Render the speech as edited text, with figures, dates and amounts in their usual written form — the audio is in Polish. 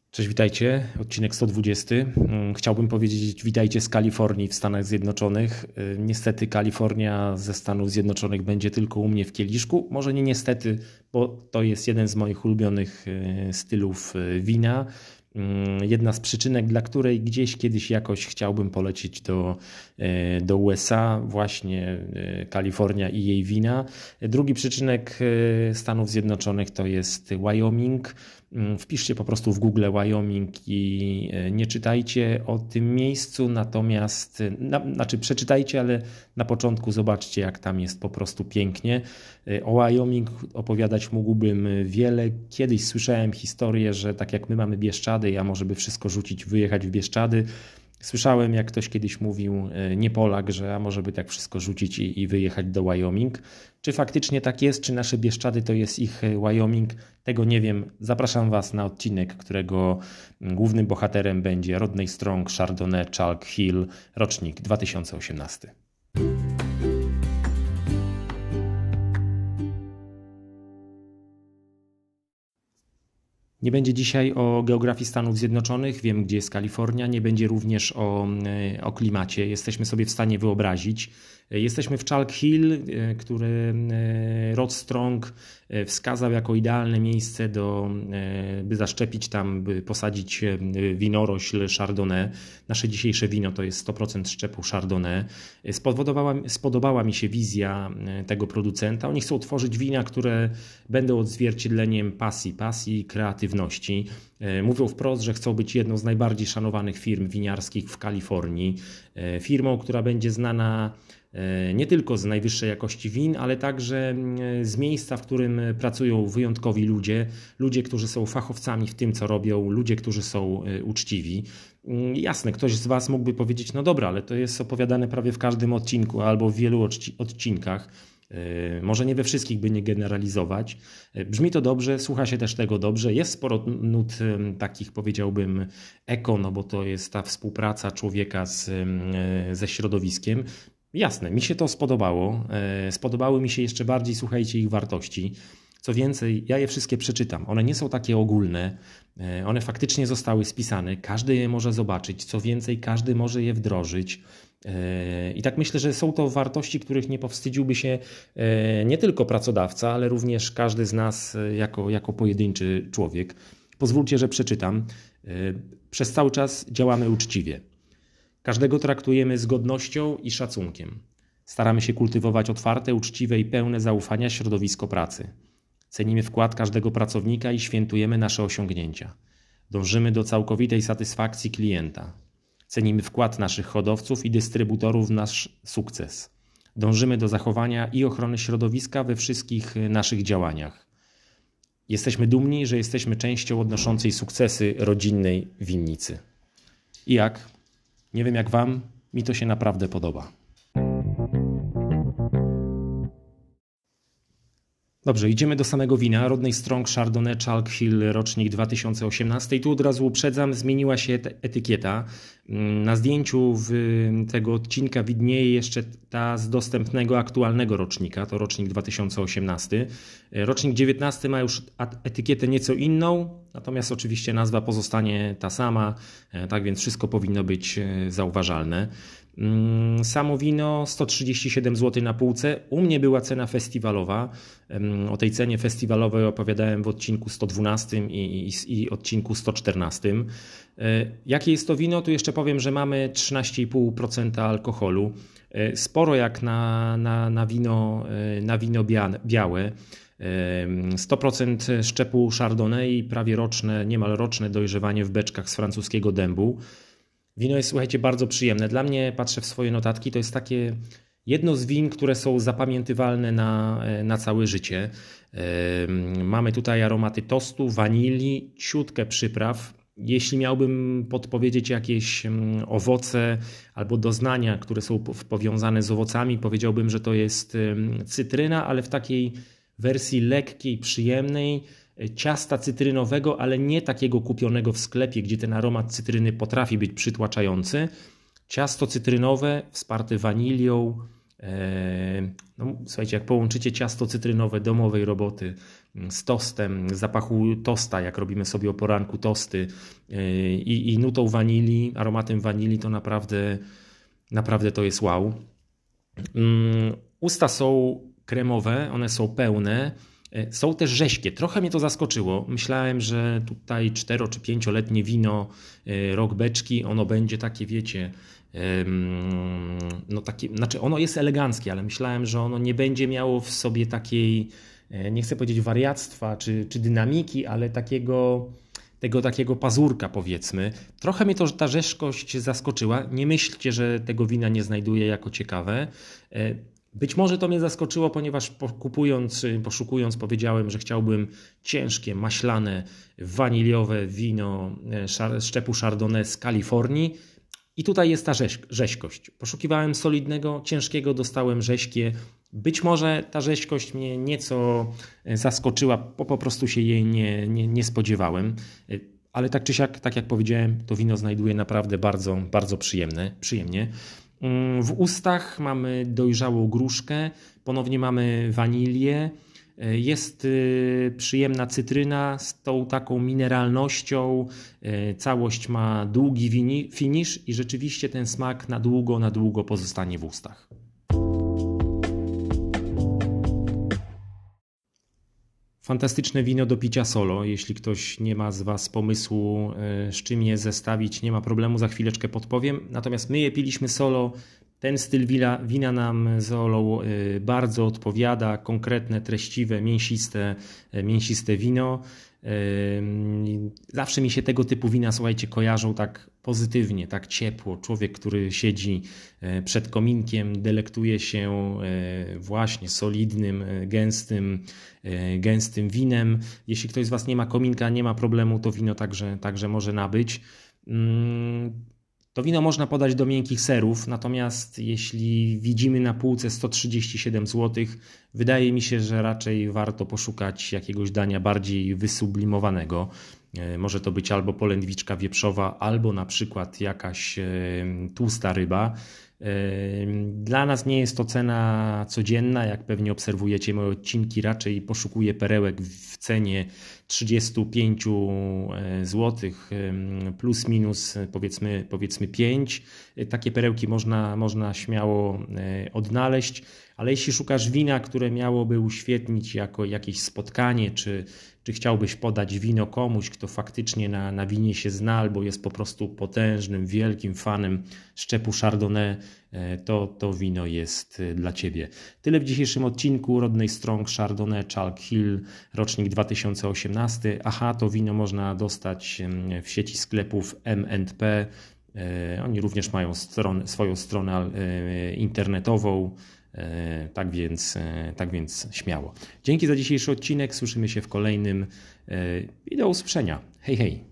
Cześć, witajcie. Odcinek 120. Chciałbym powiedzieć witajcie z Kalifornii w Stanach Zjednoczonych. Niestety Kalifornia ze Stanów Zjednoczonych będzie tylko u mnie w kieliszku. Może nie niestety, bo to jest jeden z moich ulubionych stylów wina. Jedna z przyczynek, dla której gdzieś kiedyś jakoś chciałbym polecieć do USA, właśnie Kalifornia i jej wina. Drugi przyczynek Stanów Zjednoczonych to jest Wyoming. Wpiszcie po prostu w Google Wyoming i nie czytajcie o tym miejscu, natomiast, przeczytajcie, ale na początku zobaczcie, jak tam jest po prostu pięknie. O Wyoming opowiadać mógłbym wiele. Kiedyś słyszałem historię, że tak jak my mamy Bieszczady, ja może by wszystko rzucić, wyjechać w Bieszczady. Słyszałem, jak ktoś kiedyś mówił, nie Polak, że a może by tak wszystko rzucić i wyjechać do Wyoming. Czy faktycznie tak jest? Czy nasze Bieszczady to jest ich Wyoming? Tego nie wiem. Zapraszam Was na odcinek, którego głównym bohaterem będzie Rodney Strong Chardonnay Chalk Hill, rocznik 2018. Nie będzie dzisiaj o geografii Stanów Zjednoczonych, wiem gdzie jest Kalifornia, nie będzie również o klimacie. Jesteśmy sobie w stanie wyobrazić. Jesteśmy w Chalk Hill, który Rod Strong wskazał jako idealne miejsce, by zaszczepić tam, by posadzić winorośl Chardonnay. Nasze dzisiejsze wino to jest 100% szczepu Chardonnay. Spodobała mi się wizja tego producenta. Oni chcą tworzyć wina, które będą odzwierciedleniem pasji, kreatywności. Mówią wprost, że chcą być jedną z najbardziej szanowanych firm winiarskich w Kalifornii. Firmą, która będzie znana nie tylko z najwyższej jakości win, ale także z miejsca, w którym pracują wyjątkowi ludzie, którzy są fachowcami w tym, co robią, ludzie, którzy są uczciwi. Jasne, ktoś z Was mógłby powiedzieć, no dobra, ale to jest opowiadane prawie w każdym odcinku albo w wielu odcinkach. Może nie we wszystkich, by nie generalizować. Brzmi to dobrze, słucha się też tego dobrze. Jest sporo nut takich, powiedziałbym, eko, no bo to jest ta współpraca człowieka ze środowiskiem. Jasne, mi się to spodobało. Spodobały mi się jeszcze bardziej, słuchajcie, ich wartości. Co więcej, ja je wszystkie przeczytam. One nie są takie ogólne. One faktycznie zostały spisane. Każdy je może zobaczyć. Co więcej, każdy może je wdrożyć. I tak myślę, że są to wartości, których nie powstydziłby się nie tylko pracodawca, ale również każdy z nas jako pojedynczy człowiek. Pozwólcie, że przeczytam. Przez cały czas działamy uczciwie. Każdego traktujemy z godnością i szacunkiem. Staramy się kultywować otwarte, uczciwe i pełne zaufania środowisko pracy. Cenimy wkład każdego pracownika i świętujemy nasze osiągnięcia. Dążymy do całkowitej satysfakcji klienta. Cenimy wkład naszych hodowców i dystrybutorów w nasz sukces. Dążymy do zachowania i ochrony środowiska we wszystkich naszych działaniach. Jesteśmy dumni, że jesteśmy częścią odnoszącej sukcesy rodzinnej winnicy. I jak? Nie wiem jak Wam, mi to się naprawdę podoba. Dobrze, idziemy do samego wina. Rodney Strong Chardonnay Chalk Hill, rocznik 2018. I tu od razu uprzedzam, zmieniła się etykieta. Na zdjęciu tego odcinka widnieje jeszcze ta z dostępnego aktualnego rocznika, to rocznik 2018. Rocznik 19 ma już etykietę nieco inną, natomiast oczywiście nazwa pozostanie ta sama, tak więc wszystko powinno być zauważalne. Samo wino 137 zł na półce. U mnie była cena festiwalowa. O tej cenie festiwalowej opowiadałem w odcinku 112 i odcinku 114. Jakie jest to wino? Tu jeszcze powiem, że mamy 13,5% alkoholu. Sporo jak na wino białe. 100% szczepu Chardonnay i prawie roczne, niemal roczne dojrzewanie w beczkach z francuskiego dębu. Wino jest, słuchajcie, bardzo przyjemne. Dla mnie, patrzę w swoje notatki, to jest takie jedno z win, które są zapamiętywalne na całe życie. Mamy tutaj aromaty tostu, wanilii, ciutkę przypraw. Jeśli miałbym podpowiedzieć jakieś owoce albo doznania, które są powiązane z owocami, powiedziałbym, że to jest cytryna, ale w takiej wersji lekkiej, przyjemnej, ciasta cytrynowego, ale nie takiego kupionego w sklepie, gdzie ten aromat cytryny potrafi być przytłaczający. Ciasto cytrynowe wsparte wanilią, No, słuchajcie, jak połączycie ciasto cytrynowe domowej roboty z tostem, zapachu tosta, jak robimy sobie o poranku tosty i nutą wanilii, aromatem wanilii, to naprawdę to jest wow. Usta są kremowe, one są pełne, są też rześkie. Trochę mnie to zaskoczyło. Myślałem, że tutaj 4 czy 5-letnie wino Rok Beczki, ono będzie takie, wiecie, no takie, znaczy ono jest eleganckie, ale myślałem, że ono nie będzie miało w sobie takiej, nie chcę powiedzieć wariactwa czy dynamiki, ale takiego pazurka, powiedzmy. Trochę mnie ta rzeźkość zaskoczyła. Nie myślcie, że tego wina nie znajduję jako ciekawe. Być może to mnie zaskoczyło, ponieważ poszukując powiedziałem, że chciałbym ciężkie, maślane, waniliowe wino szczepu Chardonnay z Kalifornii. I tutaj jest ta rzeźkość. Poszukiwałem solidnego, ciężkiego, dostałem rzeźkie. Być może ta rzeźkość mnie nieco zaskoczyła, bo po prostu się jej nie spodziewałem. Ale tak czy siak, tak jak powiedziałem, to wino znajduje naprawdę bardzo, bardzo przyjemnie. W ustach mamy dojrzałą gruszkę, ponownie mamy wanilię. Jest przyjemna cytryna z tą taką mineralnością. Całość ma długi finisz i rzeczywiście ten smak na długo pozostanie w ustach. Fantastyczne wino do picia solo. Jeśli ktoś nie ma z Was pomysłu, z czym je zestawić, nie ma problemu, za chwileczkę podpowiem. Natomiast my je piliśmy solo. Ten styl wina nam z Olą bardzo odpowiada. Konkretne, treściwe, mięsiste wino. Zawsze mi się tego typu wina, słuchajcie, kojarzą tak pozytywnie, tak ciepło. Człowiek, który siedzi przed kominkiem, delektuje się właśnie solidnym, gęstym winem. Jeśli ktoś z Was nie ma kominka, nie ma problemu, to wino także może nabyć. To wino można podać do miękkich serów, natomiast jeśli widzimy na półce 137 zł, wydaje mi się, że raczej warto poszukać jakiegoś dania bardziej wysublimowanego. Może to być albo polędwiczka wieprzowa, albo na przykład jakaś tłusta ryba. Dla nas nie jest to cena codzienna, jak pewnie obserwujecie moje odcinki, raczej poszukuję perełek w cenie 35 zł plus minus powiedzmy 5. Takie perełki można śmiało odnaleźć, ale jeśli szukasz wina, które miałoby uświetnić jako jakieś spotkanie, czy chciałbyś podać wino komuś, kto faktycznie na winie się zna albo jest po prostu potężnym, wielkim fanem szczepu Chardonnay, to wino jest dla Ciebie. Tyle w dzisiejszym odcinku. Rodney Strong Chardonnay Chalk Hill, rocznik 2018. To wino można dostać w sieci sklepów M&P. Oni również mają swoją stronę internetową. Tak więc śmiało. Dzięki za dzisiejszy odcinek. Słyszymy się w kolejnym i do usłyszenia. Hej, hej.